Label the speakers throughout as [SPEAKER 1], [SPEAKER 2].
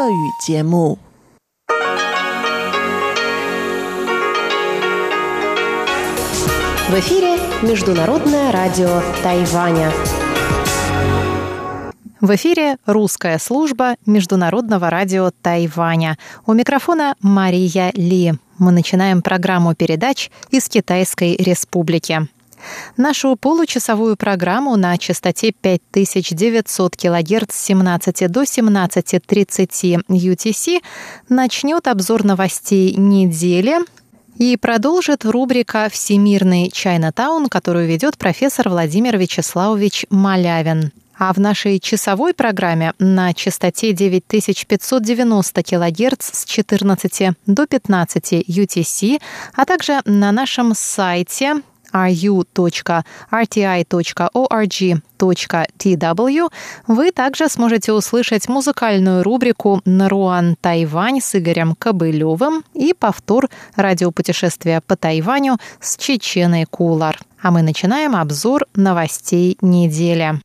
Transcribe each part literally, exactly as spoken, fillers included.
[SPEAKER 1] В эфире Международное радио Тайваня.
[SPEAKER 2] В эфире русская служба Международного радио Тайваня. У микрофона Мария Ли. Мы начинаем программу передач из Китайской Республики. Нашу получасовую программу на частоте пять тысяч девятьсот килогерц с семнадцати до семнадцати тридцати ю ти си начнет обзор новостей недели и продолжит рубрика «Всемирный Чайнатаун», которую ведет профессор Владимир Вячеславович Малявин. А в нашей часовой программе на частоте девять тысяч пятьсот девяносто килогерц с четырнадцати до пятнадцати ю ти си, а также на нашем сайте ар ю точка эр ти ай точка орг точка ти дабл ю вы также сможете услышать музыкальную рубрику «Наруан Тайвань» с Игорем Кобылевым и повтор радиопутешествия по Тайваню с Чеченой Кулар. А мы начинаем обзор новостей недели.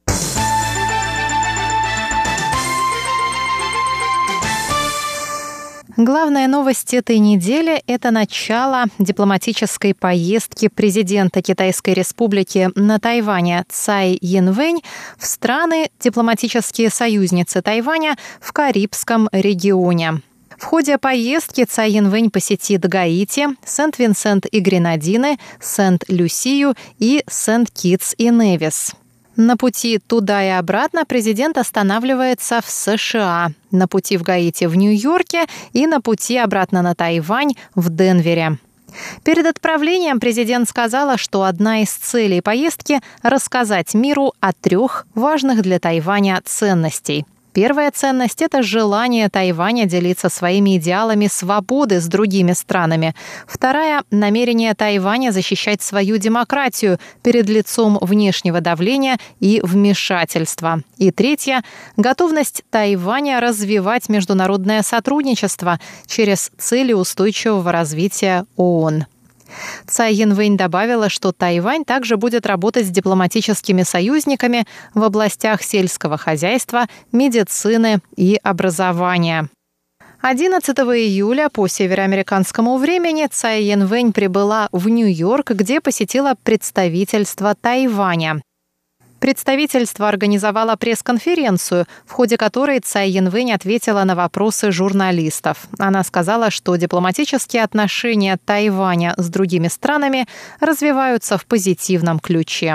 [SPEAKER 2] Главная новость этой недели – это начало дипломатической поездки президента Китайской Республики на Тайване Цай Янвэнь в страны, дипломатические союзницы Тайваня в Карибском регионе. В ходе поездки Цай Янвэнь посетит Гаити, Сент-Винсент и Гренадины, Сент-Люсию и Сент-Китс и Невис. На пути туда и обратно президент останавливается в США, на пути в Гаити в Нью-Йорке и на пути обратно на Тайвань в Денвере. Перед отправлением президент сказала, что одна из целей поездки – рассказать миру о трех важных для Тайваня ценностей. Первая ценность – это желание Тайваня делиться своими идеалами свободы с другими странами. Вторая – намерение Тайваня защищать свою демократию перед лицом внешнего давления и вмешательства. И третья – готовность Тайваня развивать международное сотрудничество через цели устойчивого развития ООН. Цай Янвэнь добавила, что Тайвань также будет работать с дипломатическими союзниками в областях сельского хозяйства, медицины и образования. одиннадцатого июля по североамериканскому времени Цай Янвэнь прибыла в Нью-Йорк, где посетила представительство Тайваня. Представительство организовало пресс-конференцию, в ходе которой Цай Янвэнь ответила на вопросы журналистов. Она сказала, что дипломатические отношения Тайваня с другими странами развиваются в позитивном ключе.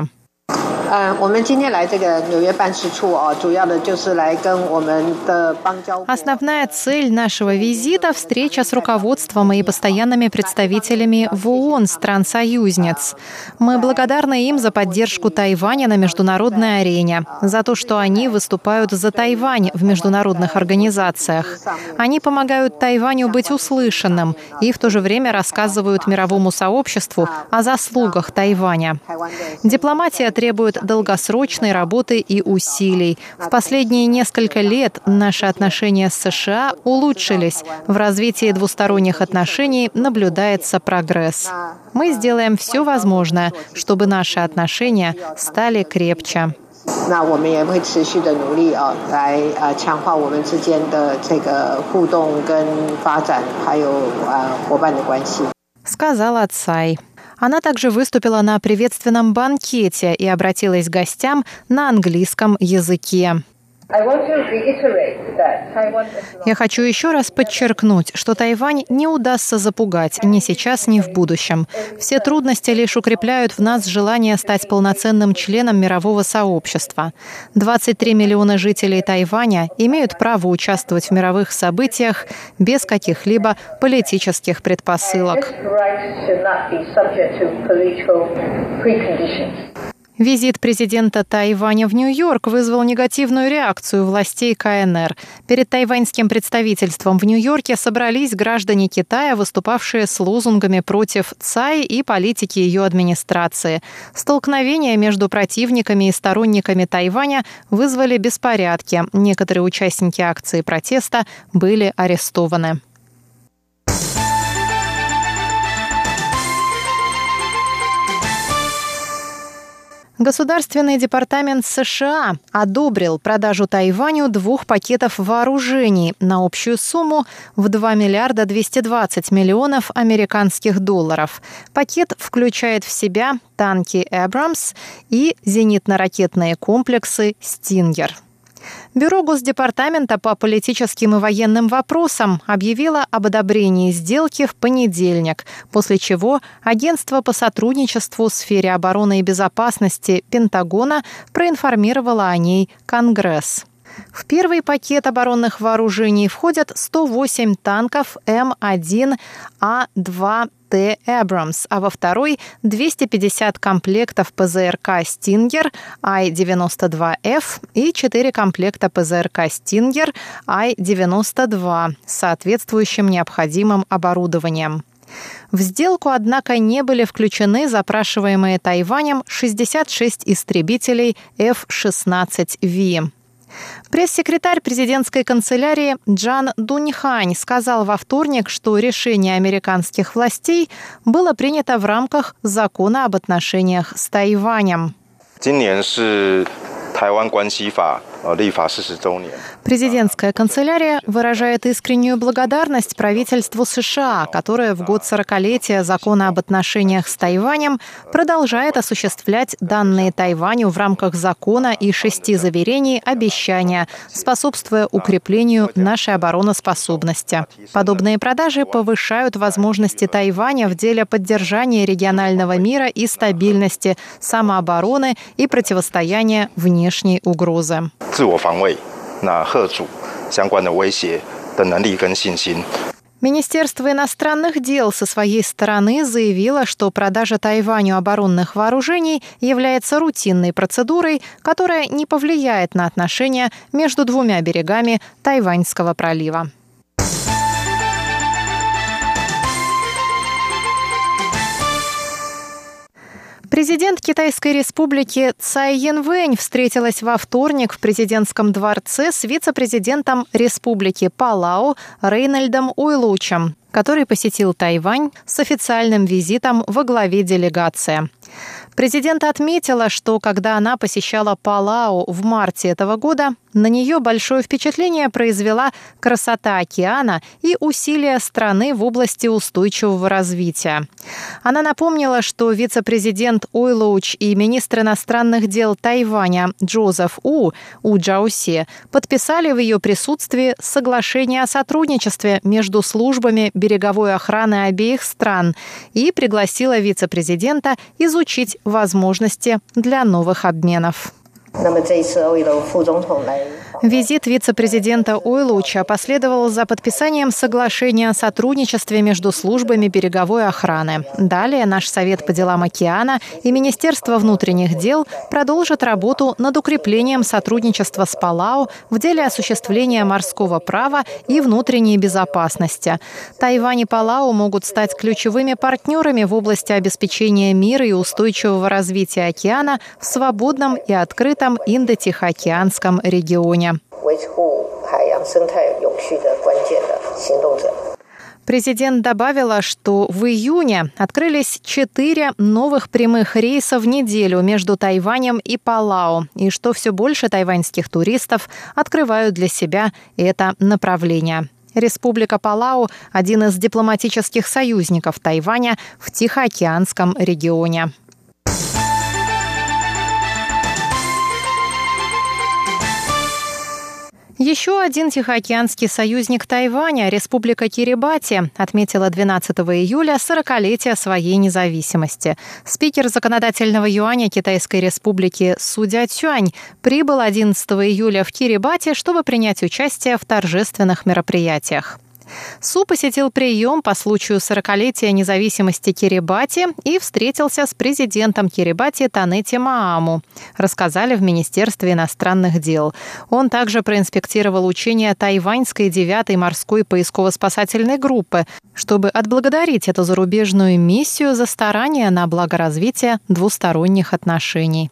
[SPEAKER 2] Основная цель нашего визита – встреча с руководством и постоянными представителями в ООН стран-союзниц. Мы благодарны им за поддержку Тайваня на международной арене, за то, что они выступают за Тайвань в международных организациях. Они помогают Тайваню быть услышанным и в то же время рассказывают мировому сообществу о заслугах Тайваня. Дипломатия требует долгосрочной работы и усилий. В последние несколько лет наши отношения с США улучшились. В развитии двусторонних отношений наблюдается прогресс. Мы сделаем все возможное, чтобы наши отношения стали крепче. Сказала Цай. Она также выступила на приветственном банкете и обратилась к гостям на английском языке. Я хочу еще раз подчеркнуть, что Тайвань не удастся запугать ни сейчас, ни в будущем. Все трудности лишь укрепляют в нас желание стать полноценным членом мирового сообщества. двадцать три миллиона жителей Тайваня имеют право участвовать в мировых событиях без каких-либо политических предпосылок. Визит президента Тайваня в Нью-Йорк вызвал негативную реакцию властей ка эн эр. Перед тайваньским представительством в Нью-Йорке собрались граждане Китая, выступавшие с лозунгами против Цай и политики ее администрации. Столкновения между противниками и сторонниками Тайваня вызвали беспорядки. Некоторые участники акции протеста были арестованы. Государственный департамент США одобрил продажу Тайваню двух пакетов вооружений на общую сумму в два миллиарда двести двадцать миллионов американских долларов. Пакет включает в себя танки «Абрамс» и зенитно-ракетные комплексы «Стингер». Бюро Госдепартамента по политическим и военным вопросам объявило об одобрении сделки в понедельник, после чего Агентство по сотрудничеству в сфере обороны и безопасности Пентагона проинформировало о ней Конгресс. В первый пакет оборонных вооружений входят сто восемь танков эм один а два Т «Абрамс», а во второй – двести пятьдесят комплектов ПЗРК «Стингер» Ай девяносто два эф и четыре комплекта ПЗРК «Стингер» Ай девяносто два с соответствующим необходимым оборудованием. В сделку, однако, не были включены запрашиваемые Тайванем шестьдесят шесть истребителей эф шестнадцать Ви. Пресс-секретарь президентской канцелярии Джан Дуньхань сказал во вторник, что решение американских властей было принято в рамках закона об отношениях с Тайванем. Президентская канцелярия выражает искреннюю благодарность правительству США, которое в год сорокалетия закона об отношениях с Тайванем продолжает осуществлять данные Тайваню в рамках закона и шести заверений обещания, способствуя укреплению нашей обороноспособности. Подобные продажи повышают возможности Тайваня в деле поддержания регионального мира и стабильности, самообороны и противостояния внешней угрозы. Министерство иностранных дел со своей стороны заявило, что продажа Тайваню оборонных вооружений является рутинной процедурой, которая не повлияет на отношения между двумя берегами Тайваньского пролива. Президент Китайской республики Цай Янвэнь встретилась во вторник в президентском дворце с вице-президентом республики Палау Рейнольдом Уйлучем, который посетил Тайвань с официальным визитом во главе делегации. Президент отметила, что когда она посещала Палау в марте этого года, на нее большое впечатление произвела красота океана и усилия страны в области устойчивого развития. Она напомнила, что вице-президент Уйлоуч и министр иностранных дел Тайваня Джозеф У, У Джаусе, подписали в ее присутствии соглашение о сотрудничестве между службами береговой охраны обеих стран и пригласила вице-президента изучить возможности для новых обменов. Визит вице-президента Уйлуча последовал за подписанием соглашения о сотрудничестве между службами береговой охраны. Далее наш Совет по делам океана и Министерство внутренних дел продолжат работу над укреплением сотрудничества с Палау в деле осуществления морского права и внутренней безопасности. Тайвань и Палау могут стать ключевыми партнерами в области обеспечения мира и устойчивого развития океана в свободном и открытом Индо-Тихоокеанском регионе. Президент добавила, что в июне открылись четыре новых прямых рейса в неделю между Тайванем и Палау, и что все больше тайваньских туристов открывают для себя это направление. Республика Палау – один из дипломатических союзников Тайваня в Тихоокеанском регионе. Еще один тихоокеанский союзник Тайваня, Республика Кирибати, отметила двенадцатого июля сорокалетие своей независимости. Спикер законодательного юаня Китайской Республики Судя Цюань прибыл одиннадцатого июля в Кирибати, чтобы принять участие в торжественных мероприятиях. Су посетил прием по случаю сорокалетия независимости Кирибати и встретился с президентом Кирибати Танети Мааму, рассказали в Министерстве иностранных дел. Он также проинспектировал учения тайваньской девятой морской поисково-спасательной группы, чтобы отблагодарить эту зарубежную миссию за старания на благо развития двусторонних отношений.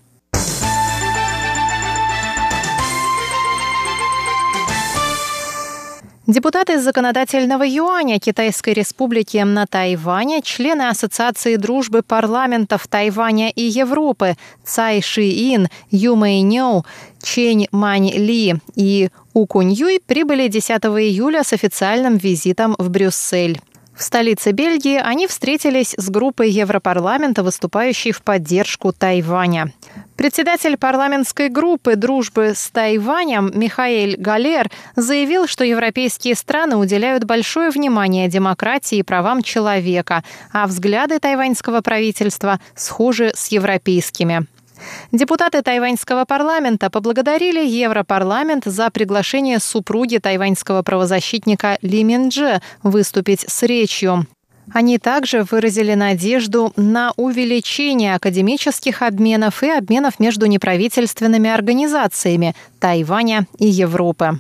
[SPEAKER 2] Депутаты законодательного юаня Китайской Республики на Тайване, члены Ассоциации дружбы парламентов Тайваня и Европы Цай Ши-ин, Ю Мэй-нёу, Чэнь Мань-ли и У Кунь-юй прибыли десятого июля с официальным визитом в Брюссель. В столице Бельгии они встретились с группой Европарламента, выступающей в поддержку Тайваня. Председатель парламентской группы дружбы с Тайванем Михаэль Галер заявил, что европейские страны уделяют большое внимание демократии и правам человека, а взгляды тайваньского правительства схожи с европейскими. Депутаты тайваньского парламента поблагодарили Европарламент за приглашение супруги тайваньского правозащитника Ли Миндже выступить с речью. Они также выразили надежду на увеличение академических обменов и обменов между неправительственными организациями Тайваня и Европы.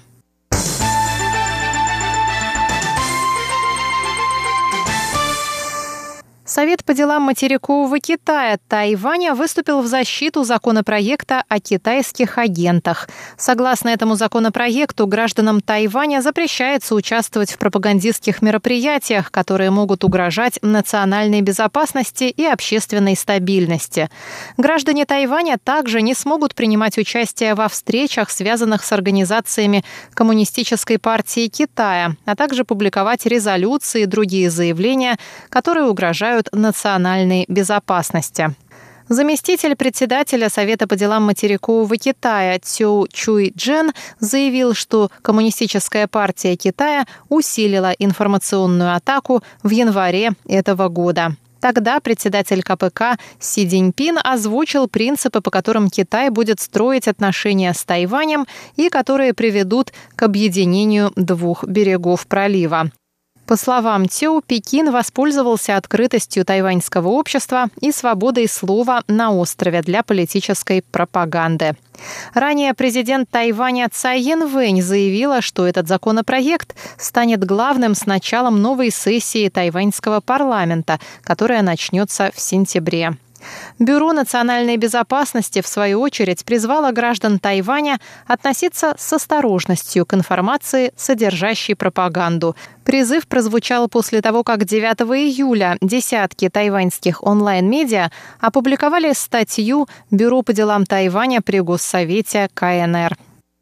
[SPEAKER 2] Совет по делам материкового Китая Тайваня выступил в защиту законопроекта о китайских агентах. Согласно этому законопроекту, гражданам Тайваня запрещается участвовать в пропагандистских мероприятиях, которые могут угрожать национальной безопасности и общественной стабильности. Граждане Тайваня также не смогут принимать участие во встречах, связанных с организациями Коммунистической партии Китая, а также публиковать резолюции и другие заявления, которые угрожают национальной безопасности. Заместитель председателя Совета по делам материкового Китая Цю Чуй Джен заявил, что Коммунистическая партия Китая усилила информационную атаку в январе этого года. Тогда председатель ка пэ ка Си Цзиньпин озвучил принципы, по которым Китай будет строить отношения с Тайванем и которые приведут к объединению двух берегов пролива. По словам Цю, Пекин воспользовался открытостью тайваньского общества и свободой слова на острове для политической пропаганды. Ранее президент Тайваня Цай Янвэнь заявила, что этот законопроект станет главным с началом новой сессии тайваньского парламента, которая начнется в сентябре. Бюро национальной безопасности, в свою очередь, призвало граждан Тайваня относиться с осторожностью к информации, содержащей пропаганду. Призыв прозвучал после того, как девятого июля десятки тайваньских онлайн-медиа опубликовали статью Бюро по делам Тайваня при Госсовете ка эн эр.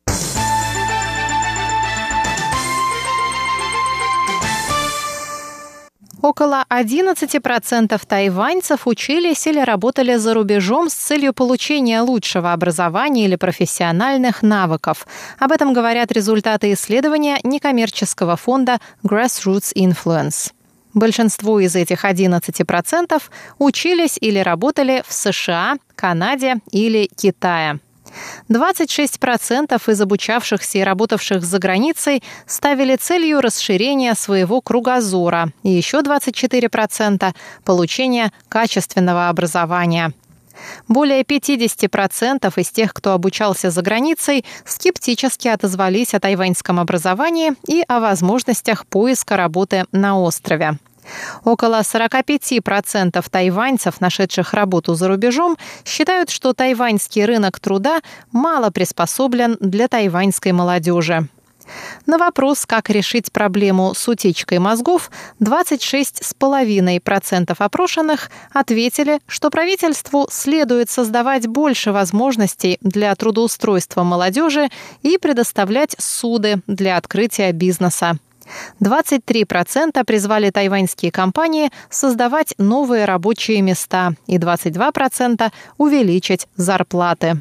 [SPEAKER 2] Около одиннадцать процентов тайваньцев учились или работали за рубежом с целью получения лучшего образования или профессиональных навыков. Об этом говорят результаты исследования некоммерческого фонда Grassroots Influence. Большинство из этих одиннадцати процентов учились или работали в США, Канаде или Китае. двадцать шесть процентов из обучавшихся и работавших за границей ставили целью расширения своего кругозора, и еще двадцать четыре процента – получения качественного образования. Более пятьдесят процентов из тех, кто обучался за границей, скептически отозвались о тайваньском образовании и о возможностях поиска работы на острове. Около сорок пять процентов тайваньцев, нашедших работу за рубежом, считают, что тайваньский рынок труда мало приспособлен для тайваньской молодежи. На вопрос, как решить проблему с утечкой мозгов, двадцать шесть целых пять десятых процента опрошенных ответили, что правительству следует создавать больше возможностей для трудоустройства молодежи и предоставлять суды для открытия бизнеса. двадцать три процента призвали тайваньские компании создавать новые рабочие места и двадцать два процента увеличить зарплаты.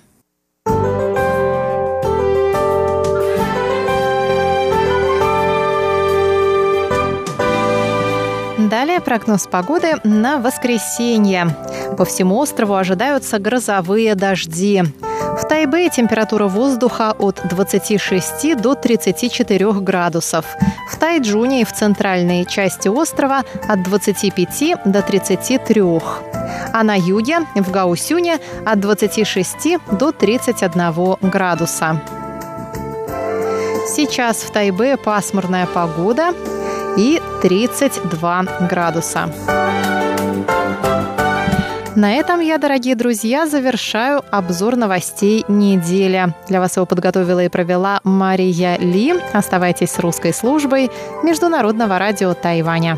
[SPEAKER 2] Далее прогноз погоды на воскресенье. По всему острову ожидаются грозовые дожди. В Тайбэе температура воздуха от двадцати шести до тридцати четырёх градусов. В Тайчжуне и в центральной части острова от двадцати пяти до тридцати трёх. А на юге, в Гаосюне, от двадцати шести до тридцати одного градуса. Сейчас в Тайбэе пасмурная погода и тридцать два градуса. На этом я, дорогие друзья, завершаю обзор новостей недели. Для вас его подготовила и провела Мария Ли. Оставайтесь с русской службой Международного радио Тайваня.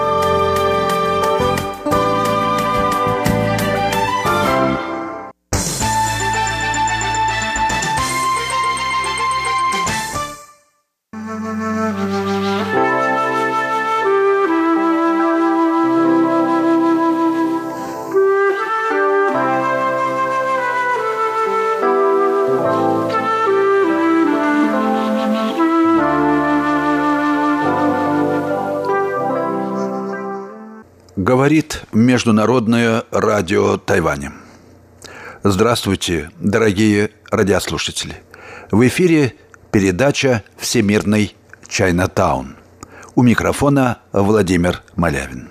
[SPEAKER 3] Говорит Международное радио Тайваня. Здравствуйте, дорогие радиослушатели. В эфире передача «Всемирный Чайнатаун». У микрофона Владимир Малявин.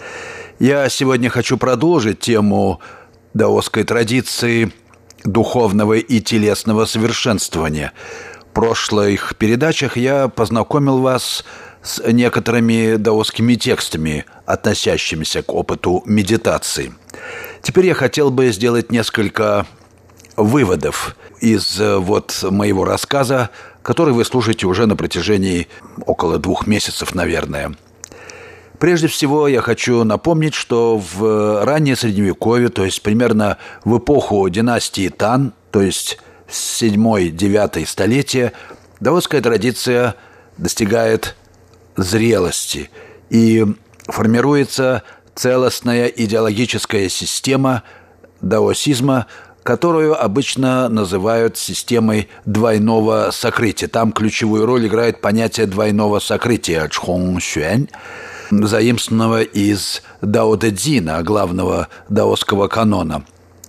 [SPEAKER 3] Я сегодня хочу продолжить тему даосской традиции духовного и телесного совершенствования. В прошлых передачах я познакомил вас с некоторыми даосскими текстами, относящимися к опыту медитации. Теперь я хотел бы сделать несколько выводов из вот моего рассказа, который вы слушаете уже на протяжении около двух месяцев, наверное. Прежде всего, я хочу напомнить, что в раннее Средневековье, то есть примерно в эпоху династии Тан, то есть седьмое-девятое столетие, даосская традиция достигает зрелости и формируется целостная идеологическая система даосизма, которую обычно называют системой двойного сокрытия. Там ключевую роль играет понятие двойного сокрытия чхонг-xuan, заимствованного из дао-дэ-дзина, главного даосского канона.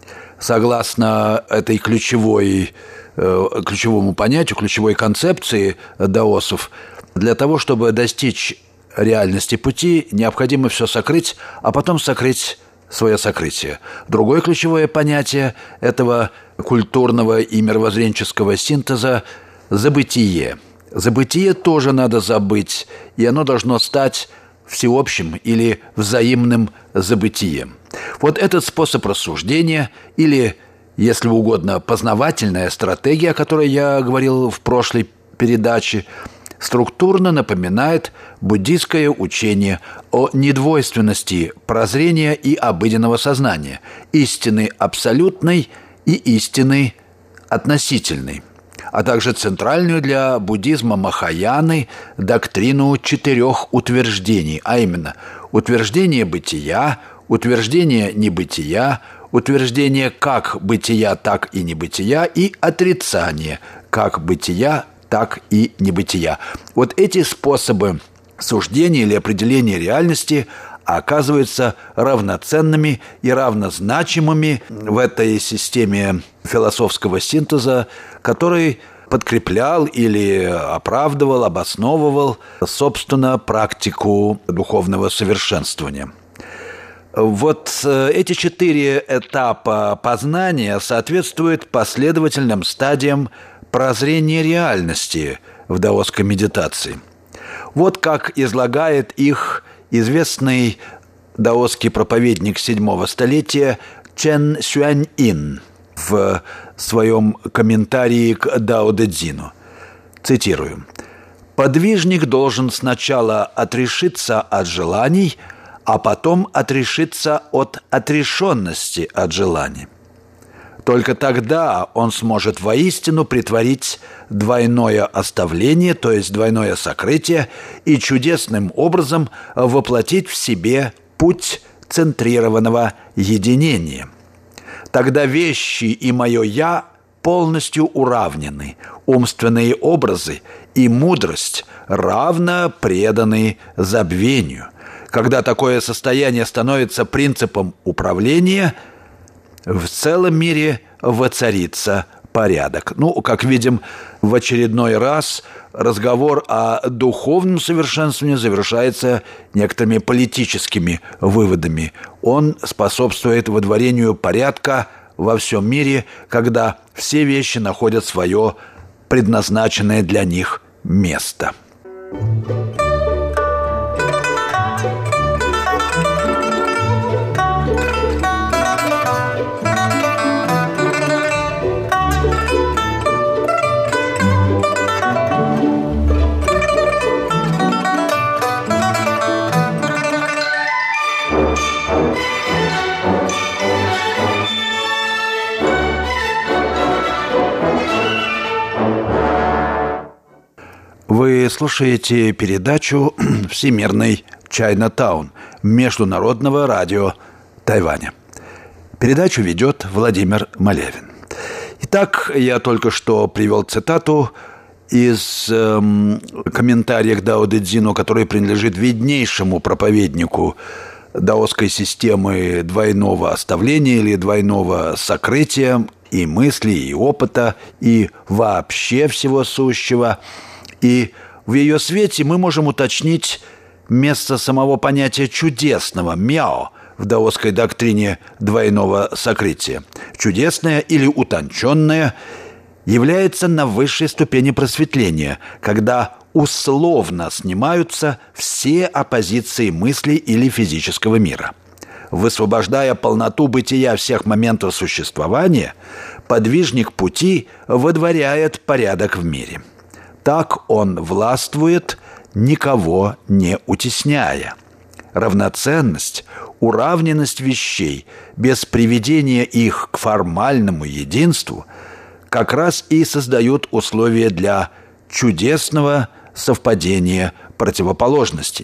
[SPEAKER 3] Согласно этой ключевой, ключевому понятию, ключевой концепции даосов, для того, чтобы достичь реальности пути, необходимо все сокрыть, а потом сокрыть свое сокрытие. Другое ключевое понятие этого культурного и мировоззренческого синтеза – забытие. Забытие тоже надо забыть, и оно должно стать всеобщим или взаимным забытием. Вот этот способ рассуждения или, если угодно, познавательная стратегия, о которой я говорил в прошлой передаче, структурно напоминает буддийское учение о недвойственности прозрения и обыденного сознания, истины абсолютной и истины относительной, а также центральную для буддизма Махаяны доктрину четырех утверждений, а именно утверждение бытия, утверждение небытия, утверждение как бытия, так и небытия и отрицание как бытия, так и небытия. Вот эти способы суждения или определения реальности оказываются равноценными и равнозначимыми в этой системе философского синтеза, который подкреплял или оправдывал, обосновывал, собственно, практику духовного совершенствования. Вот эти четыре этапа познания соответствуют последовательным стадиям прозрения реальности в даосской медитации. Вот как излагает их известный даосский проповедник седьмого столетия Чен Сюань-ин в своем комментарии к Дао-дэ-дзину. Цитирую. «Подвижник должен сначала отрешиться от желаний, а потом отрешиться от отрешенности от желаний. Только тогда он сможет воистину претворить двойное оставление, то есть двойное сокрытие, и чудесным образом воплотить в себе путь центрированного единения. Тогда вещи и мое «я» полностью уравнены, умственные образы и мудрость равно преданы забвению. Когда такое состояние становится принципом управления, в целом мире воцарится порядок». Ну, как видим, в очередной раз разговор о духовном совершенствовании завершается некоторыми политическими выводами. Он способствует водворению порядка во всем мире, когда все вещи находят свое предназначенное для них место. слушаете передачу «Всемирный Чайнатаун» Международного радио Тайваня. Передачу ведет Владимир Малявин. Итак, я только что привел цитату из эм, комментария к Дао Дэ Цзину, который принадлежит виднейшему проповеднику даосской системы двойного оставления или двойного сокрытия и мысли, и опыта, и вообще всего сущего. И в ее свете мы можем уточнить место самого понятия чудесного «мяо» в даосской доктрине двойного сокрытия. Чудесное или утонченное является на высшей ступени просветления, когда условно снимаются все оппозиции мысли или физического мира. Высвобождая полноту бытия всех моментов существования, подвижник пути водворяет порядок в мире. Так он властвует, никого не утесняя. Равноценность, уравненность вещей без приведения их к формальному единству как раз и создают условия для чудесного совпадения противоположностей.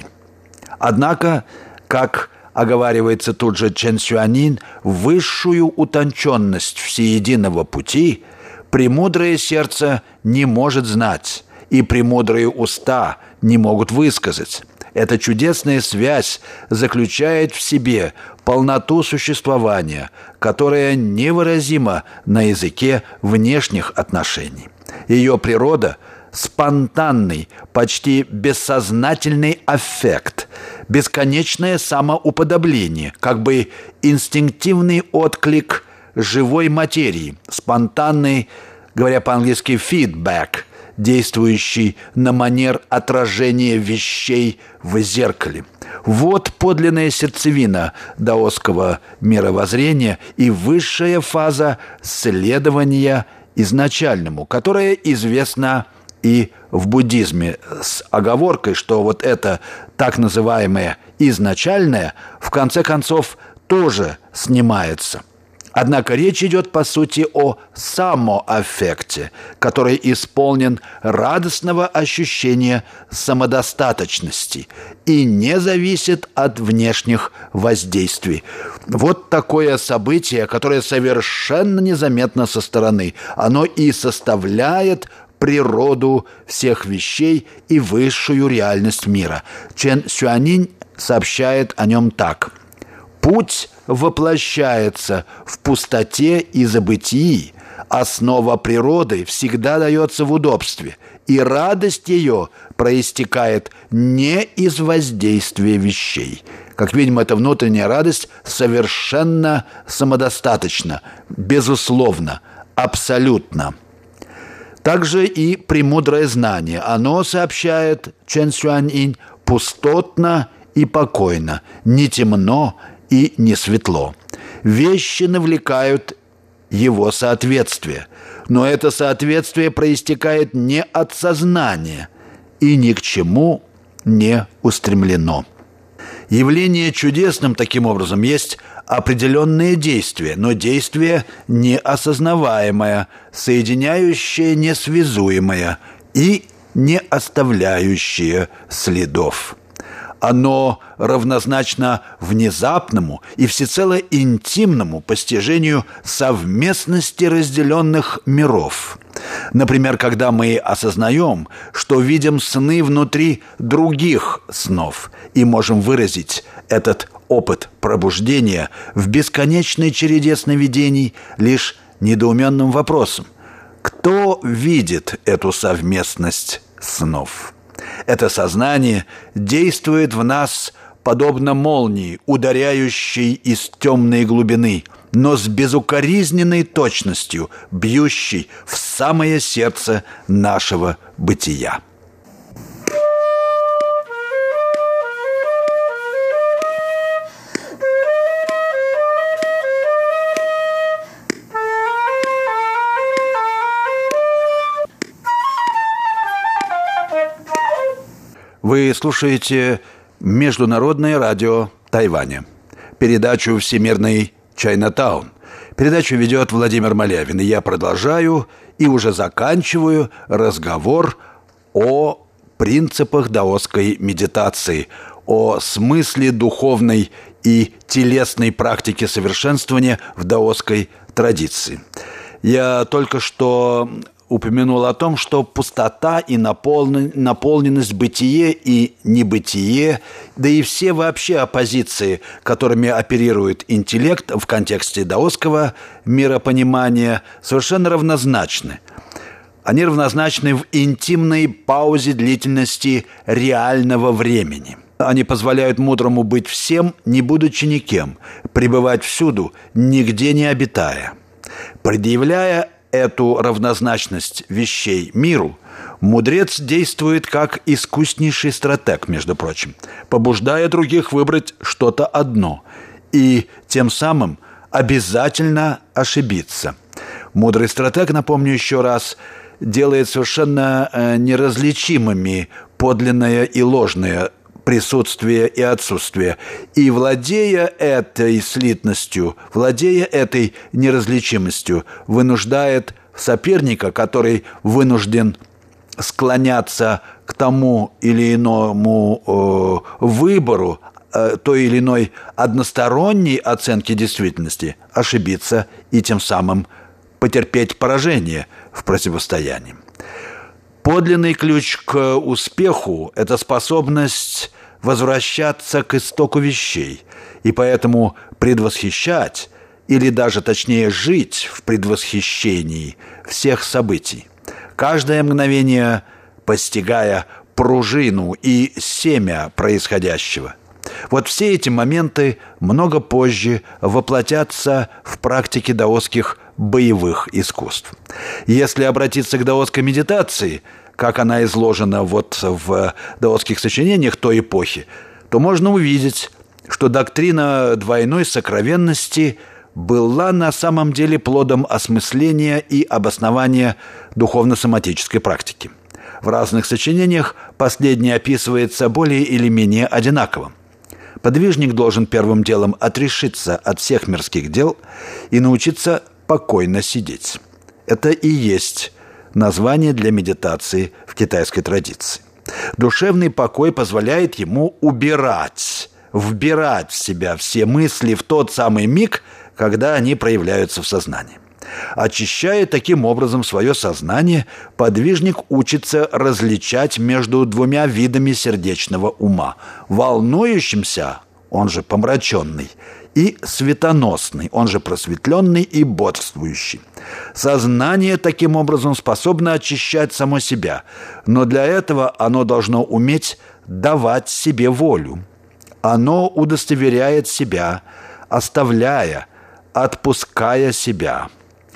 [SPEAKER 3] Однако, как оговаривается тут же Чэн Сюанин, высшую утонченность всеединого пути премудрое сердце не может знать, и премудрые уста не могут высказать. Эта чудесная связь заключает в себе полноту существования, которая невыразима на языке внешних отношений. Ее природа – спонтанный, почти бессознательный аффект, бесконечное самоуподобление, как бы инстинктивный отклик живой материи, спонтанный, говоря по-английски, feedback, действующий на манер отражения вещей в зеркале. Вот подлинная сердцевина даосского мировоззрения и высшая фаза следования изначальному, которая известна и в буддизме с оговоркой, что вот это так называемое изначальное в конце концов тоже снимается. Однако речь идет, по сути, о самоаффекте, который исполнен радостного ощущения самодостаточности и не зависит от внешних воздействий. Вот такое событие, которое совершенно незаметно со стороны. Оно и составляет природу всех вещей и высшую реальность мира. Чэн Сюанин сообщает о нем так. «Путь воплощается в пустоте и забытии. Основа природы всегда дается в удобстве, и радость ее проистекает не из воздействия вещей». Как видим, эта внутренняя радость совершенно самодостаточна, безусловно, абсолютно. Также и премудрое знание. Оно, сообщает Чэн Сюанин, пустотно и покойно, не темно и не светло. Вещи навлекают его соответствие, но это соответствие проистекает не от сознания и ни к чему не устремлено. Явление чудесным, таким образом, есть определенное действие, но действие неосознаваемое, соединяющее несвязуемое и не оставляющее следов. Оно равнозначно внезапному и всецело интимному постижению совместности разделенных миров. Например, когда мы осознаем, что видим сны внутри других снов и можем выразить этот опыт пробуждения в бесконечной череде сновидений лишь недоуменным вопросом: кто видит эту совместность снов? Это сознание действует в нас подобно молнии, ударяющей из темной глубины, но с безукоризненной точностью, бьющей в самое сердце нашего бытия. Вы слушаете Международное радио Тайваня, передачу «Всемирный Чайнатаун». Передачу ведет Владимир Малявин, и я продолжаю и уже заканчиваю разговор о принципах даосской медитации, о смысле духовной и телесной практики совершенствования в даосской традиции. Я только что упомянул о том, что пустота и наполненность, бытие и небытие, да и все вообще оппозиции, которыми оперирует интеллект в контексте даосского миропонимания, совершенно равнозначны. Они равнозначны в интимной паузе длительности реального времени. Они позволяют мудрому быть всем, не будучи никем, пребывать всюду, нигде не обитая. Предъявляя эту равнозначность вещей миру, мудрец действует как искуснейший стратег, между прочим, побуждая других выбрать что-то одно и тем самым обязательно ошибиться. Мудрый стратег, напомню еще раз, делает совершенно неразличимыми подлинное и ложное присутствие и отсутствие. И владея этой слитностью, владея этой неразличимостью, вынуждает соперника, который вынужден склоняться к тому или иному э, выбору, э, той или иной односторонней оценки действительности, ошибиться и тем самым потерпеть поражение в противостоянии. Подлинный ключ к успеху – это способность возвращаться к истоку вещей, и поэтому предвосхищать, или даже точнее жить в предвосхищении всех событий, каждое мгновение постигая пружину и семя происходящего. Вот все эти моменты много позже воплотятся в практике даосских боевых искусств. Если обратиться к даосской медитации, как она изложена вот в даосских сочинениях той эпохи, то можно увидеть, что доктрина двойной сокровенности была на самом деле плодом осмысления и обоснования духовно-соматической практики. В разных сочинениях последнее описывается более или менее одинаково. Подвижник должен первым делом отрешиться от всех мирских дел и научиться покойно сидеть. Это и есть название для медитации в китайской традиции. Душевный покой позволяет ему убирать, вбирать в себя все мысли в тот самый миг, когда они проявляются в сознании. Очищая таким образом свое сознание, подвижник учится различать между двумя видами сердечного ума – волнующимся, он же помраченный, и светоносный, он же просветленный и бодрствующий. Сознание таким образом способно очищать само себя, но для этого оно должно уметь давать себе волю. Оно удостоверяет себя, оставляя, отпуская себя.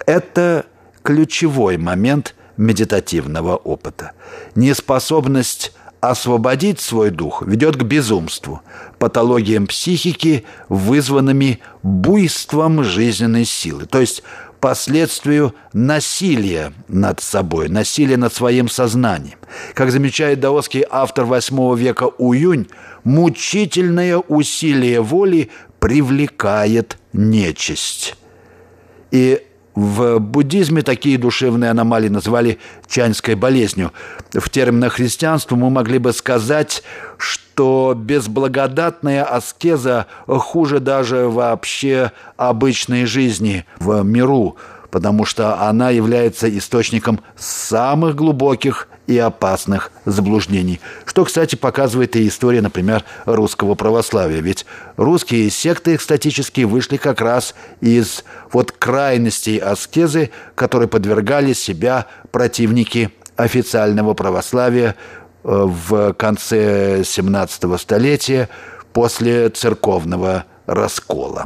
[SPEAKER 3] Это ключевой момент медитативного опыта. Неспособность освободить свой дух ведет к безумству, патологиям психики, вызванными буйством жизненной силы, то есть последствию насилия над собой, насилия над своим сознанием. Как замечает даосский автор восьмого века Уюнь, мучительное усилие воли привлекает нечисть. И в буддизме такие душевные аномалии назвали чаньской болезнью. В терминах христианства мы могли бы сказать, что безблагодатная аскеза хуже даже вообще обычной жизни в миру, потому что она является источником самых глубоких и опасных заблуждений. Что, кстати, показывает и история, например, русского православия. Ведь русские секты экстатические вышли как раз из вот крайностей аскезы, которой подвергали себя противники официального православия в конце семнадцатого столетия после церковного раскола.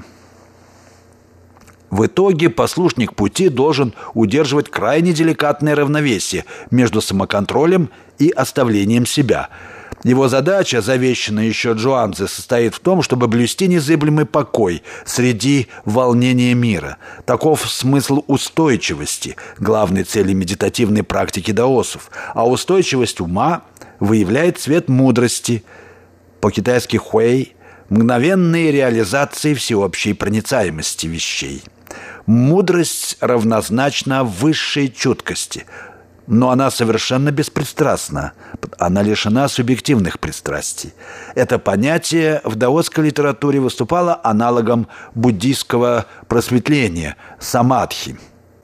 [SPEAKER 3] В итоге послушник пути должен удерживать крайне деликатное равновесие между самоконтролем и оставлением себя. Его задача, завещанная еще Джуанцзи, состоит в том, чтобы блюсти незыблемый покой среди волнения мира. Таков смысл устойчивости, главной цели медитативной практики даосов. А устойчивость ума выявляет цвет мудрости, по-китайски хуэй, мгновенной реализации всеобщей проницаемости вещей. Мудрость равнозначна высшей чуткости. но она совершенно беспристрастна. Она лишена субъективных пристрастий. Это понятие в даосской литературе выступало аналогом буддийского просветления – самадхи.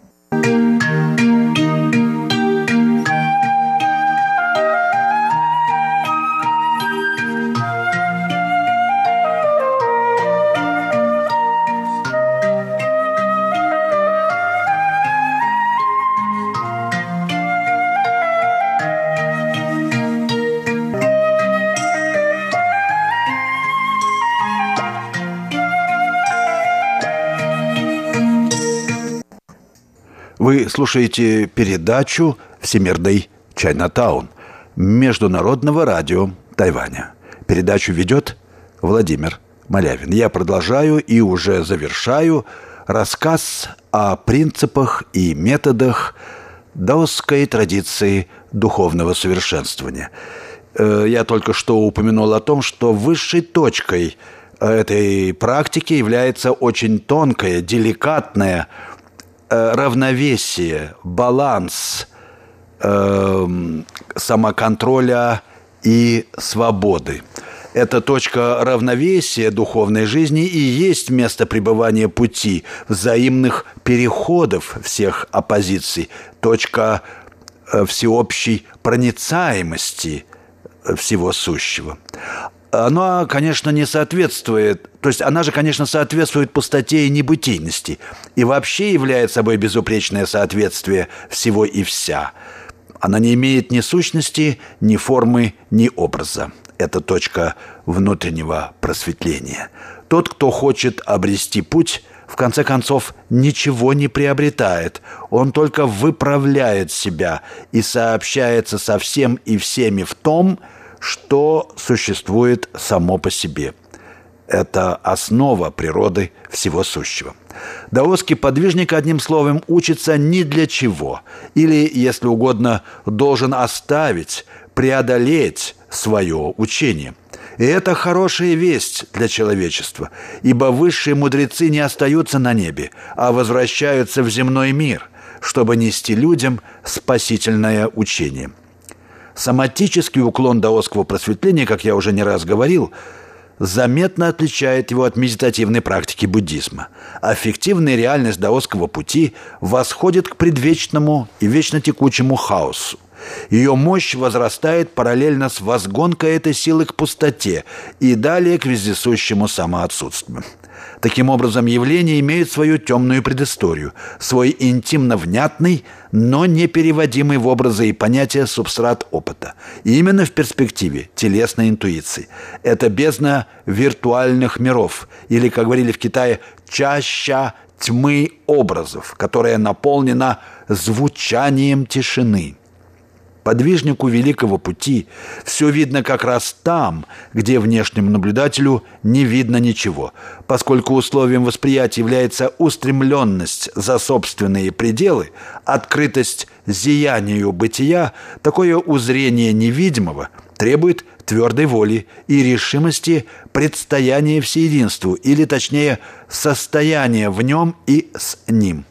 [SPEAKER 3] Вы слушаете передачу «Всемирный Чайнатаун» Международного радио Тайваня. Передачу ведет Владимир Малявин. Я продолжаю и уже завершаю рассказ о принципах и методах даосской традиции духовного совершенствования. Я только что упомянул о том, что высшей точкой этой практики является очень тонкая, деликатная равновесие, баланс э, самоконтроля и свободы. Эта точка равновесия духовной жизни и есть место пребывания пути, взаимных переходов всех оппозиций, точка э, всеобщей проницаемости всего сущего. Она, конечно, не соответствует, то есть она же, конечно, соответствует пустоте и небытийности и вообще является собой безупречное соответствие всего и вся. Она не имеет ни сущности, ни формы, ни образа. Это точка внутреннего просветления. Тот, кто хочет обрести путь, в конце концов, ничего не приобретает. Он только выправляет себя и сообщается со всем и всеми в том, что существует само по себе. Это основа природы всего сущего. Даосский подвижник, одним словом, учится ни для чего. Или, если угодно, должен оставить, преодолеть свое учение. И это хорошая весть для человечества, ибо высшие мудрецы не остаются на небе, а возвращаются в земной мир, чтобы нести людям спасительное учение. Соматический уклон даосского просветления, как я уже не раз говорил, заметно отличает его от медитативной практики буддизма. Аффективная реальность даосского пути восходит к предвечному и вечно текучему хаосу. Ее мощь возрастает параллельно с возгонкой этой силы к пустоте и далее к вездесущему самоотсутствию. Таким образом, явления имеют свою темную предысторию, свой интимно внятный, но непереводимый в образы и понятия субстрат опыта. И именно в перспективе телесной интуиции. Это бездна виртуальных миров, или, как говорили в Китае, чаща тьмы образов, которая наполнена звучанием тишины. Подвижнику Великого Пути все видно как раз там, где внешнему наблюдателю не видно ничего, поскольку условием восприятия является устремленность за собственные пределы, открытость зиянию бытия. Такое узрение невидимого требует твердой воли и решимости предстояния всеединству, или, точнее, состояния в нем и с ним.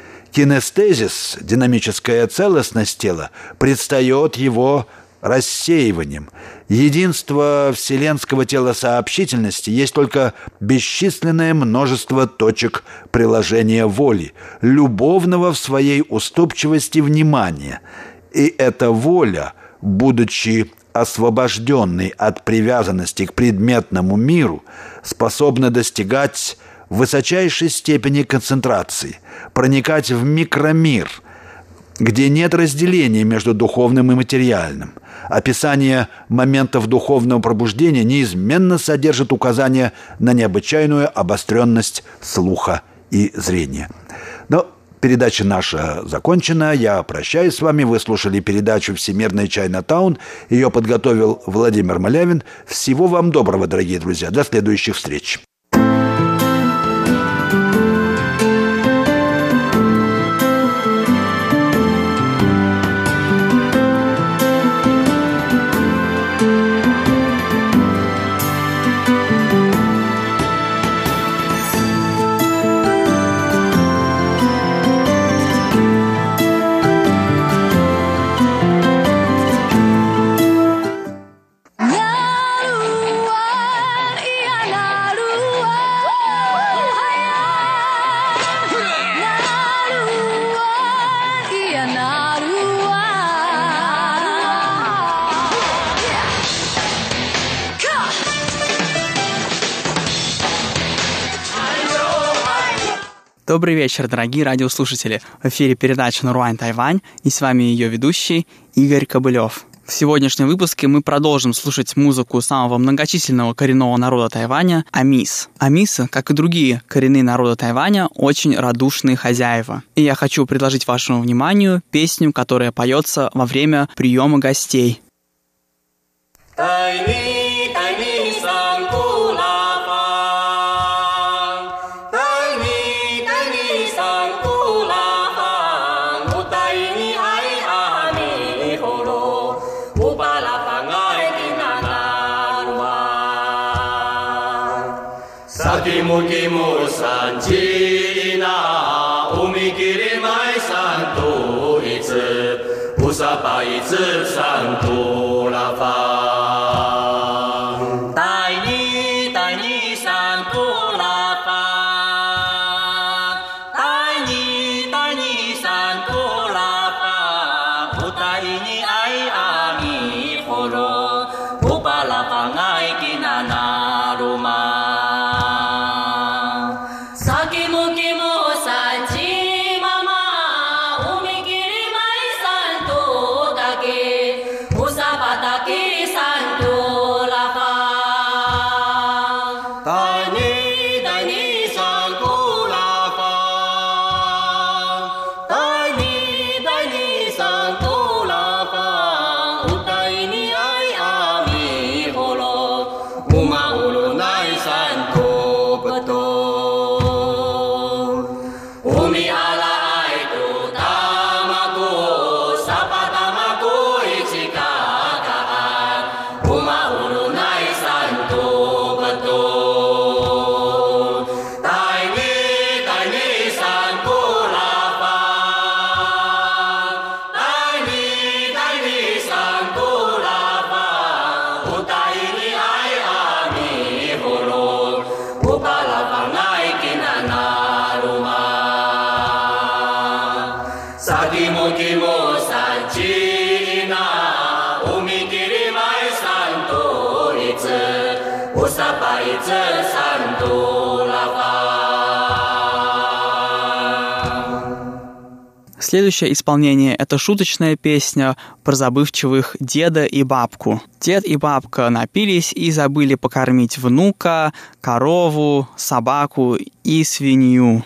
[SPEAKER 3] Кинестезис, динамическая целостность тела, предстает его рассеиванием. Единство вселенского тела сообщительности есть только бесчисленное множество точек приложения воли, любовного в своей уступчивости внимания. И эта воля, будучи освобожденной от привязанности к предметному миру, способна достигать высочайшей степени концентрации, проникать в микромир, где нет разделения между духовным и материальным. Описание моментов духовного пробуждения неизменно содержит указания на необычайную обостренность слуха и зрения. Но передача наша закончена. Я прощаюсь с вами. Вы слушали передачу «Всемирный Чайнатаун». Ее подготовил Владимир Малявин. Всего вам доброго, дорогие друзья. До следующих встреч.
[SPEAKER 4] Добрый вечер, дорогие радиослушатели. В эфире передача «Наруань Тайвань», и с вами ее ведущий Игорь Кобылев. В сегодняшнем выпуске мы продолжим слушать музыку самого многочисленного коренного народа Тайваня – амис. Амисы, как и другие коренные народы Тайваня, очень радушные хозяева. И я хочу предложить вашему вниманию песню, которая поется во время приема гостей.
[SPEAKER 5] Mukimu sanjina umikiri mai santu itsu usapa itsu santu lafang dai ni dai ni santu lafang dai ni dai ni santu lafang utai ni ai ami horo upa lafang ai kinana rumah
[SPEAKER 4] Следующее исполнение – это шуточная песня про забывчивых деда и бабку. Дед и бабка напились и забыли покормить внука, корову, собаку и свинью.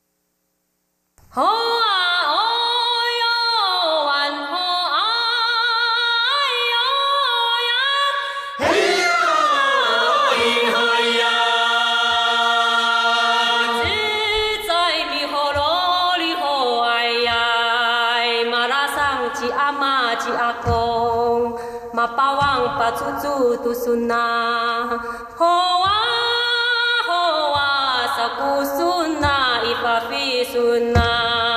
[SPEAKER 6] Mapawang pacucu tu sunna hoa hoa saku sunna ipafi sunna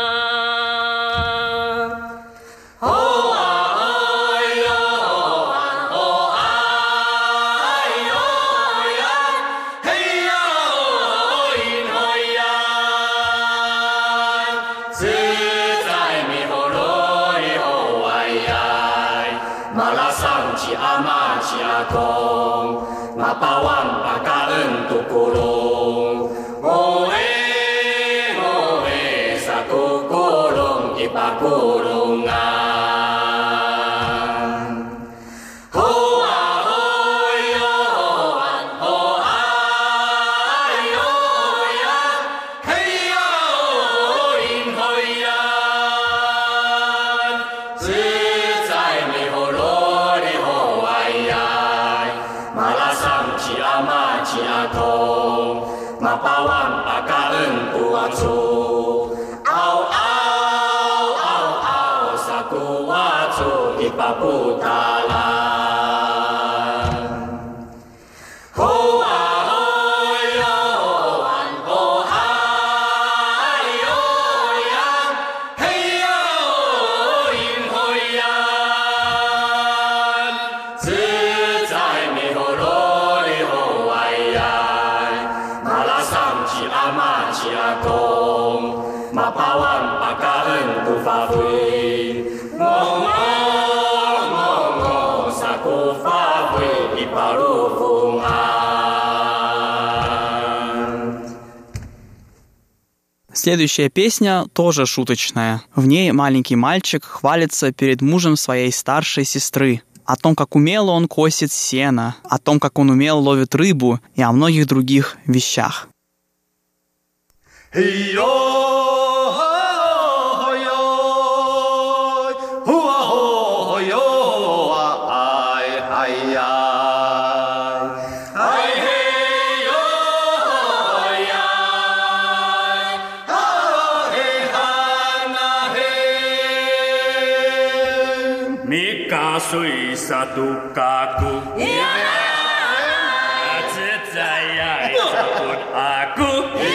[SPEAKER 5] Mapawang pakaen tu kulung Moe, moe saku kulung ipakulungan Hoa, hoyo, hoan, hoai, hoyan Heya, hoin, hoyan Zizai mi holori hoai Ama ciatong Mapawang pakaen puatsu Au, au, au, au Saku watsu ipaputalan Hoa, hoyo, hoan, hoai, hoyan Heya, hoin, hoyan Zizai mi holo Mapawang pakaen tu fafui Mong, mong, mong, mong Saku fafui iparufungan
[SPEAKER 4] Следующая песня тоже шуточная. В ней маленький мальчик хвалится перед мужем своей старшей сестры. О том, как умело он косит сено, о том, как он умело ловит рыбу и о многих других вещах.
[SPEAKER 5] 水さとかくつざやいさとあく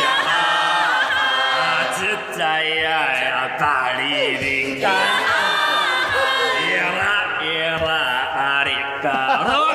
[SPEAKER 5] つざやいあたりりんかいらいらありかろ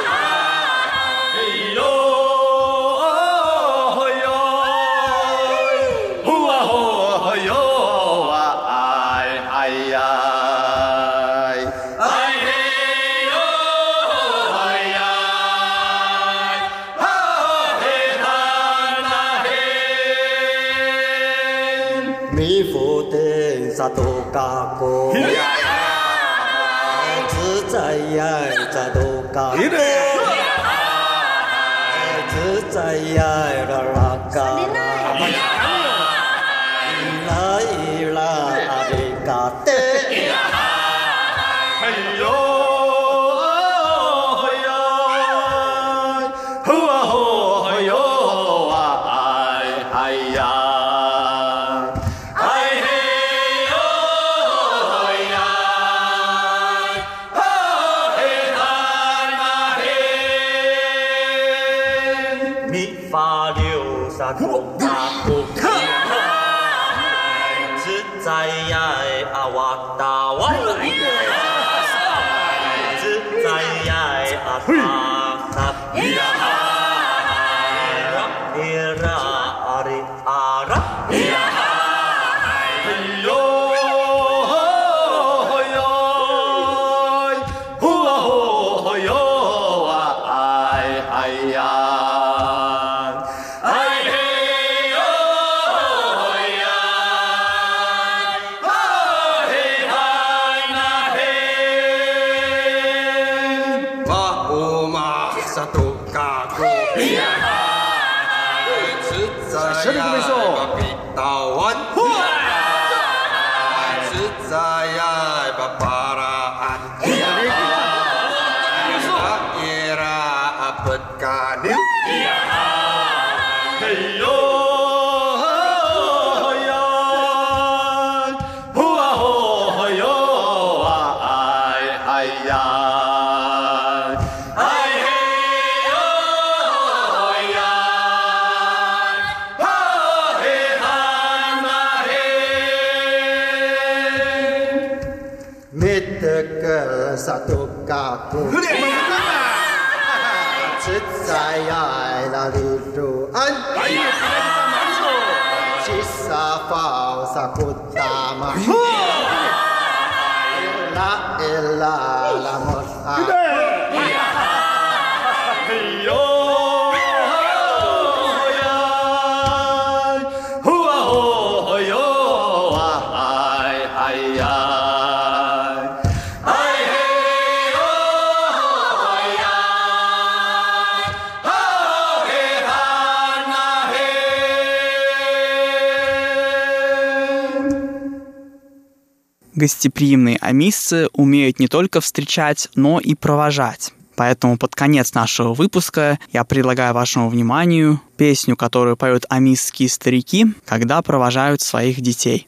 [SPEAKER 7] さとかこつざやいさとかつざやいららからいらいらありがてはいよふわほよあいはいやさとかこつざやいあわたわつざやいあたたいらいらありあらいよよふわほよあいはいやsatu kaku Cicaya laliduan Cisa fau sakutama Ila ila lamot
[SPEAKER 4] Гостеприимные амисцы умеют не только встречать, но и провожать. Поэтому под конец нашего выпуска я предлагаю вашему вниманию песню, которую поют амисские старики, когда провожают своих детей.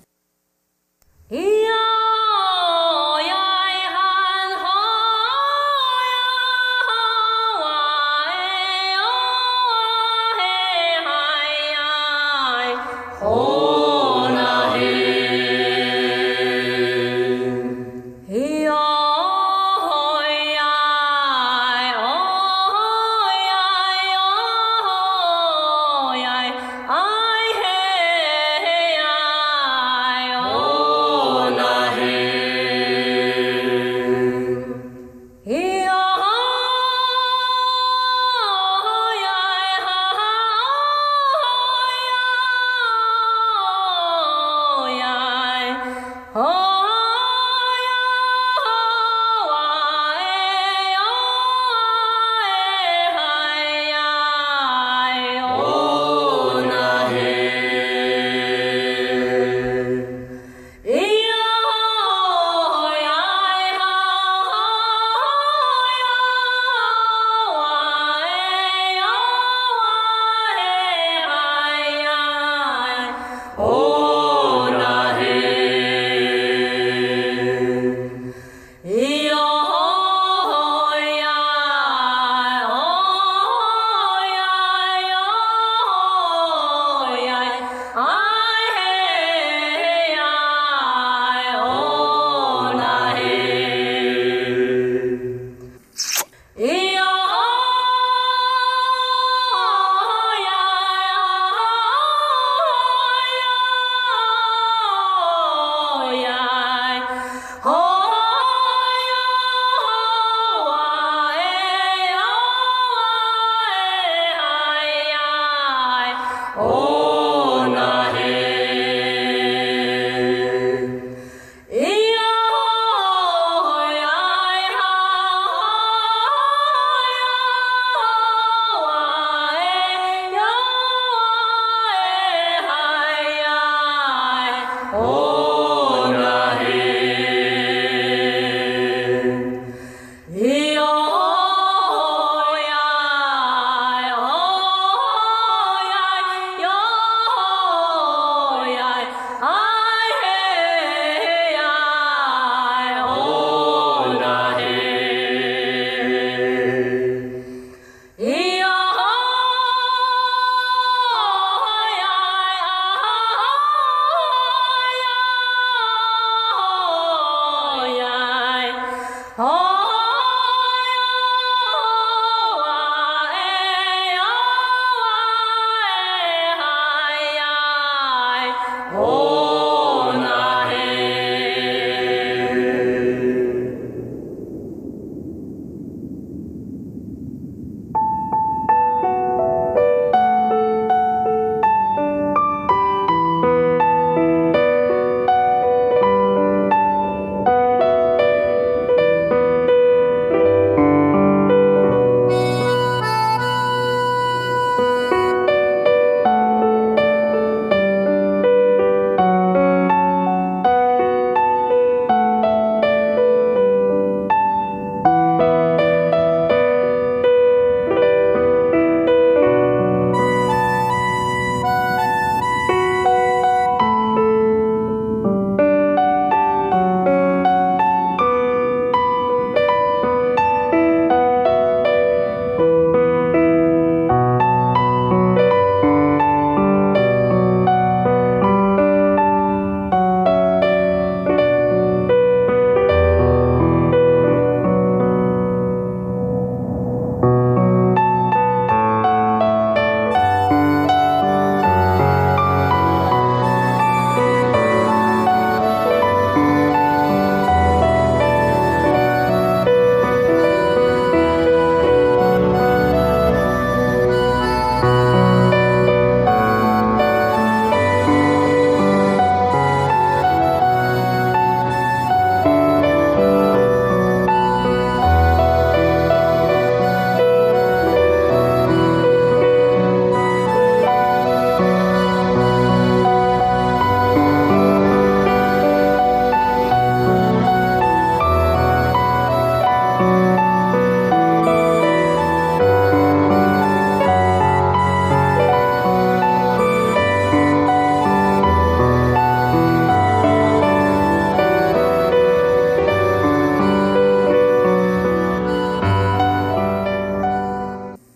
[SPEAKER 6] I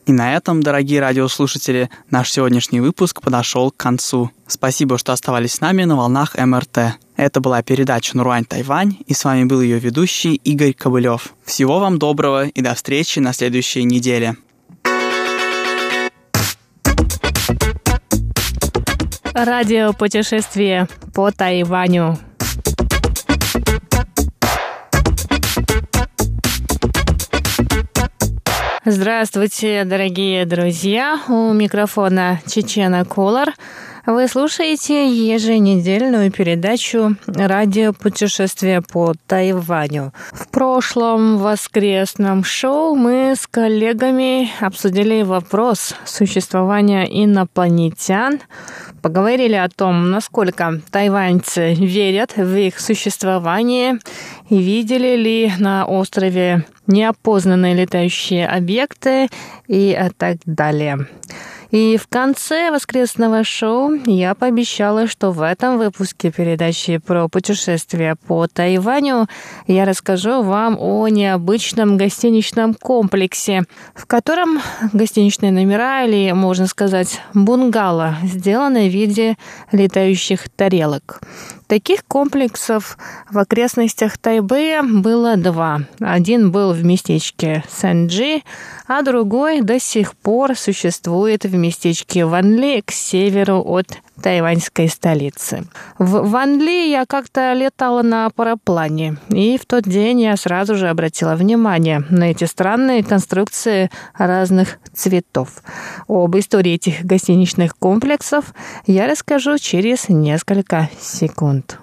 [SPEAKER 4] И на этом, дорогие радиослушатели, наш сегодняшний выпуск подошел к концу. Спасибо, что оставались с нами на волнах эм эр тэ. Это была передача «Наруань Тайвань», и с вами был ее ведущий Игорь Кобылев. Всего вам доброго и до встречи на следующей неделе.
[SPEAKER 8] Радиопутешествие по Тайваню. Здравствуйте, дорогие друзья! У микрофона Чечена Колор. Вы слушаете еженедельную передачу «Радиопутешествие по Тайваню». В прошлом воскресном шоу мы с коллегами обсудили вопрос существования инопланетян, поговорили о том, насколько тайваньцы верят в их существование и видели ли на острове неопознанные летающие объекты и так далее. И в конце воскресного шоу я пообещала, что в этом выпуске передачи про путешествия по Тайваню я расскажу вам о необычном гостиничном комплексе, в котором гостиничные номера, или, можно сказать, бунгало, сделаны в виде летающих тарелок. Таких комплексов в окрестностях Тайбэя было два. Один был в местечке Сэнджи, а другой до сих пор существует в местечке Ванли к северу от тайваньской столицы. В Ванли я как-то летала на параплане, и в тот день я сразу же обратила внимание на эти странные конструкции разных цветов. Об истории этих гостиничных комплексов я расскажу через несколько секунд.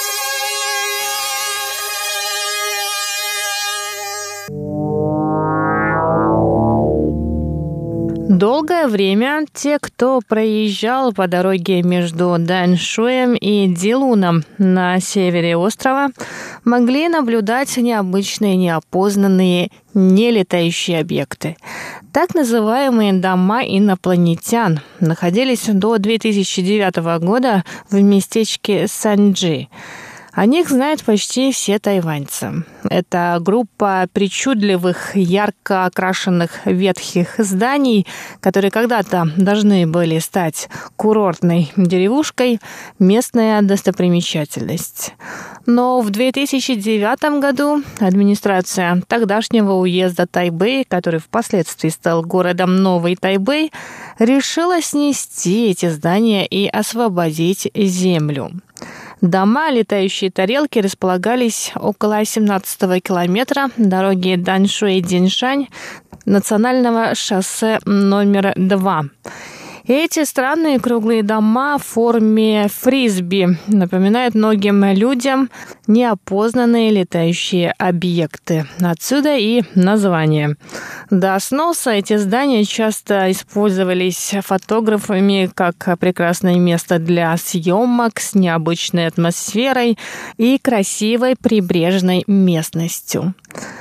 [SPEAKER 8] Долгое время те, кто проезжал по дороге между Даньшуем и Дилуном на севере острова, могли наблюдать необычные, неопознанные, нелетающие объекты. Так называемые дома инопланетян находились до две тысячи девятого года в местечке Санджи. О них знают почти все тайваньцы. Это группа причудливых, ярко окрашенных ветхих зданий, которые когда-то должны были стать курортной деревушкой, местная достопримечательность. Но в две тысячи девятом году администрация тогдашнего уезда Тайбэй, который впоследствии стал городом Новый Тайбэй, решила снести эти здания и освободить землю. Дома, летающие тарелки, располагались около семнадцатого километра дороги Даньшуй-Диншань, национального шоссе номер два. Эти странные круглые дома в форме фрисби напоминают многим людям неопознанные летающие объекты. Отсюда и название. До сноса эти здания часто использовались фотографами как прекрасное место для съемок с необычной атмосферой и красивой прибрежной местностью.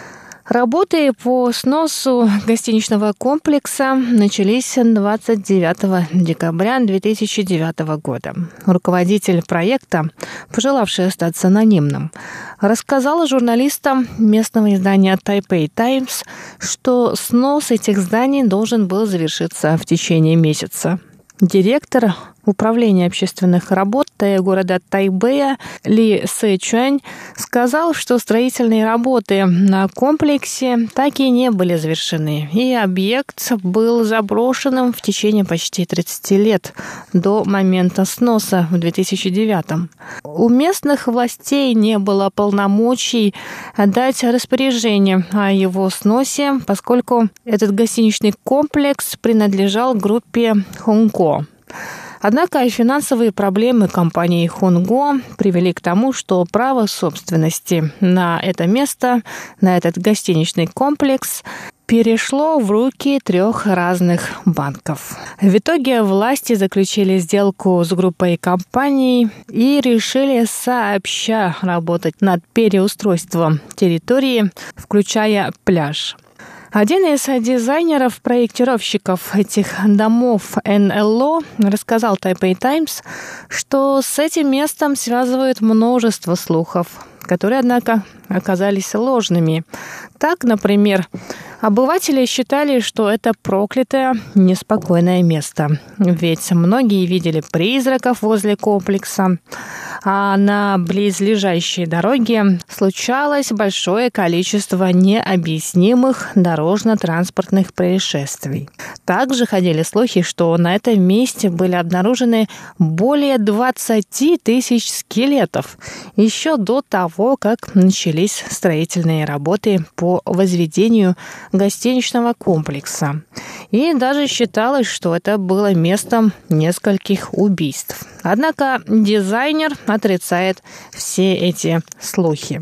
[SPEAKER 8] Работы по сносу гостиничного комплекса начались двадцать девятого декабря две тысячи девятого года. Руководитель проекта, пожелавший остаться анонимным, рассказал журналистам местного издания Taipei Times, что снос этих зданий должен был завершиться в течение месяца. Директор управления общественных работ города Тайбэя Ли Сэчуань сказал, что строительные работы на комплексе так и не были завершены, и объект был заброшенным в течение почти тридцати лет до момента сноса в две тысячи девятом. У местных властей не было полномочий дать распоряжение о его сносе, поскольку этот гостиничный комплекс принадлежал группе Хонго. Однако финансовые проблемы компании Хонго привели к тому, что право собственности на это место, на этот гостиничный комплекс, перешло в руки трех разных банков. В итоге власти заключили сделку с группой компаний и решили сообща работать над переустройством территории, включая пляж. Один из дизайнеров-проектировщиков этих домов эн эл о рассказал Taipei Times, что с этим местом связывают множество слухов. которые, однако, оказались ложными. Так, например, обыватели считали, что это проклятое, неспокойное место. Ведь многие видели призраков возле комплекса, а на близлежащей дороге случалось большое количество необъяснимых дорожно-транспортных происшествий. Также ходили слухи, что на этом месте были обнаружены более двадцати тысяч скелетов еще до того, как начались строительные работы по возведению гостиничного комплекса. И даже считалось, что это было местом нескольких убийств. Однако дизайнер отрицает все эти слухи.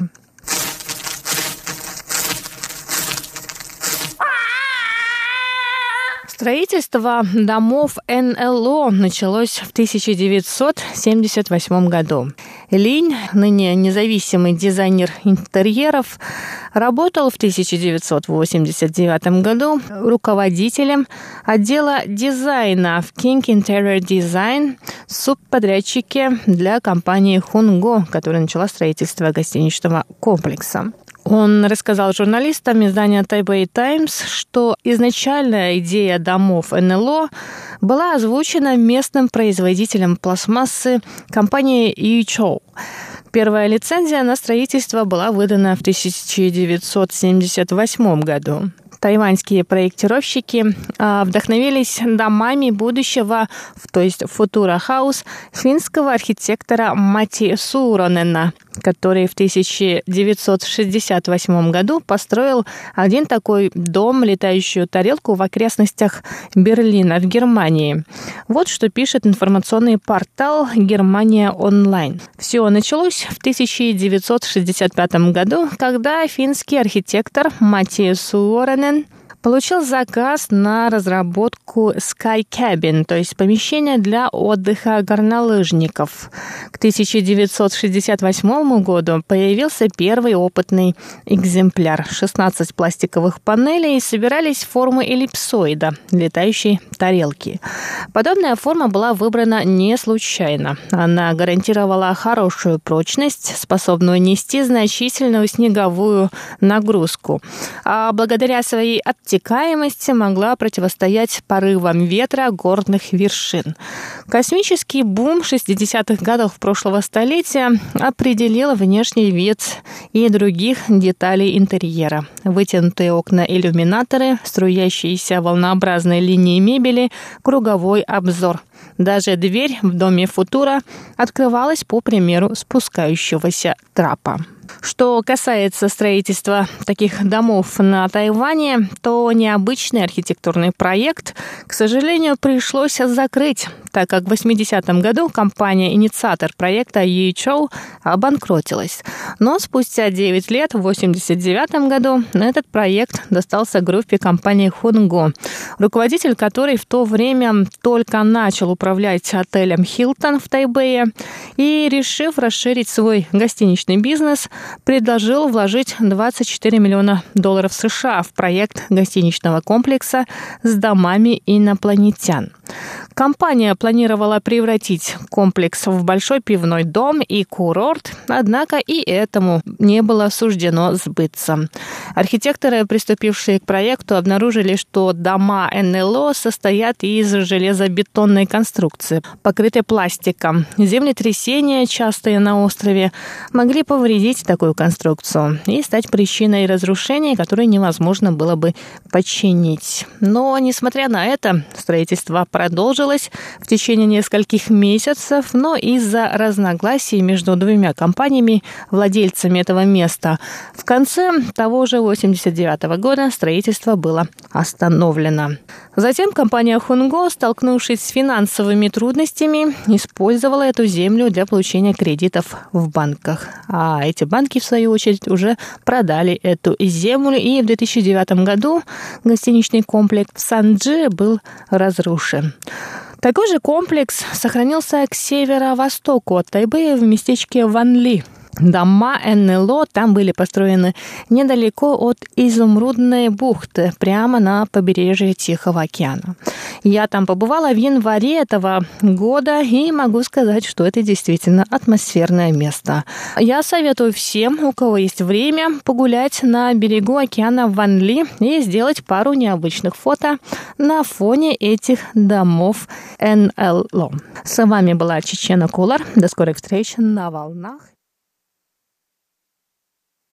[SPEAKER 8] Строительство домов эн эл о началось в тысяча девятьсот семьдесят восьмом году. Линь, ныне независимый дизайнер интерьеров, работал в тысяча девятьсот восемьдесят девятом году руководителем отдела дизайна в King Interior Design, субподрядчике для компании Хунго, которая начала строительство гостиничного комплекса. Он рассказал журналистам издания Taipei Times, что изначальная идея домов эн эл о была озвучена местным производителем пластмассы компанией Yichou. Первая лицензия на строительство была выдана в тысяча девятьсот семьдесят восьмом году. Тайваньские проектировщики вдохновились домами будущего, то есть Futura House, финского архитектора Мати Суронена, который в тысяча девятьсот шестьдесят восьмом году построил один такой дом, летающую тарелку в окрестностях Берлина в Германии. Вот что пишет информационный портал «Германия онлайн». Все началось в тысяча девятьсот шестьдесят пятом году, когда финский архитектор Мати Суронен получил заказ на разработку Sky Cabin, то есть помещение для отдыха горнолыжников. К тысяча девятьсот шестьдесят восьмому году появился первый опытный экземпляр. шестнадцать пластиковых панелей собирались в форму эллипсоида, летающей тарелки. Подобная форма была выбрана не случайно. Она гарантировала хорошую прочность, способную нести значительную снеговую нагрузку. А благодаря своей оттекаемости могла противостоять порывам ветра горных вершин. Космический бум шестидесятых годов прошлого столетия определил внешний вид и других деталей интерьера. Вытянутые окна-иллюминаторы, струящиеся волнообразной линии мебели, круговой обзор. Даже дверь в доме Futura открывалась по примеру спускающегося трапа. Что касается строительства таких домов на Тайване, то необычный архитектурный проект, к сожалению, пришлось закрыть, так как в восьмидесятом году компания-инициатор проекта Yichou обанкротилась. Но спустя девять лет, в восемьдесят девятом году, этот проект достался группе компании Хунго, руководитель которой в то время только начал управлять отелем «Хилтон» в Тайбэе и, решив расширить свой гостиничный бизнес, предложил вложить двадцать четыре миллиона долларов США в проект гостиничного комплекса с домами инопланетян. Компания планировала превратить комплекс в большой пивной дом и курорт, однако и этому не было суждено сбыться. Архитекторы, приступившие к проекту, обнаружили, что дома эн эл о состоят из железобетонной конструкции, покрытой пластиком. Землетрясения, частые на острове, могли повредить такую конструкцию и стать причиной разрушений, которые невозможно было бы починить. Но, несмотря на это, строительство продолжилось в течение нескольких месяцев, но из-за разногласий между двумя компаниями, владельцами этого места, в конце того же восемьдесят девятого года строительство было остановлено. Затем компания Хунго, столкнувшись с финансовыми трудностями, использовала эту землю для получения кредитов в банках. А эти банки, в свою очередь, уже продали эту землю, и в две тысячи девятом году гостиничный комплекс в Санджи был разрушен. Такой же комплекс сохранился к северо-востоку от Тайбэя в местечке Ванли. Дома эн эл о там были построены недалеко от Изумрудной бухты, прямо на побережье Тихого океана. Я там побывала в январе этого года и могу сказать, что это действительно атмосферное место. Я советую всем, у кого есть время, погулять на берегу океана Ван Ли и сделать пару необычных фото на фоне этих домов эн эл о. С вами была Чечена Кулар. До скорой встречи на волнах.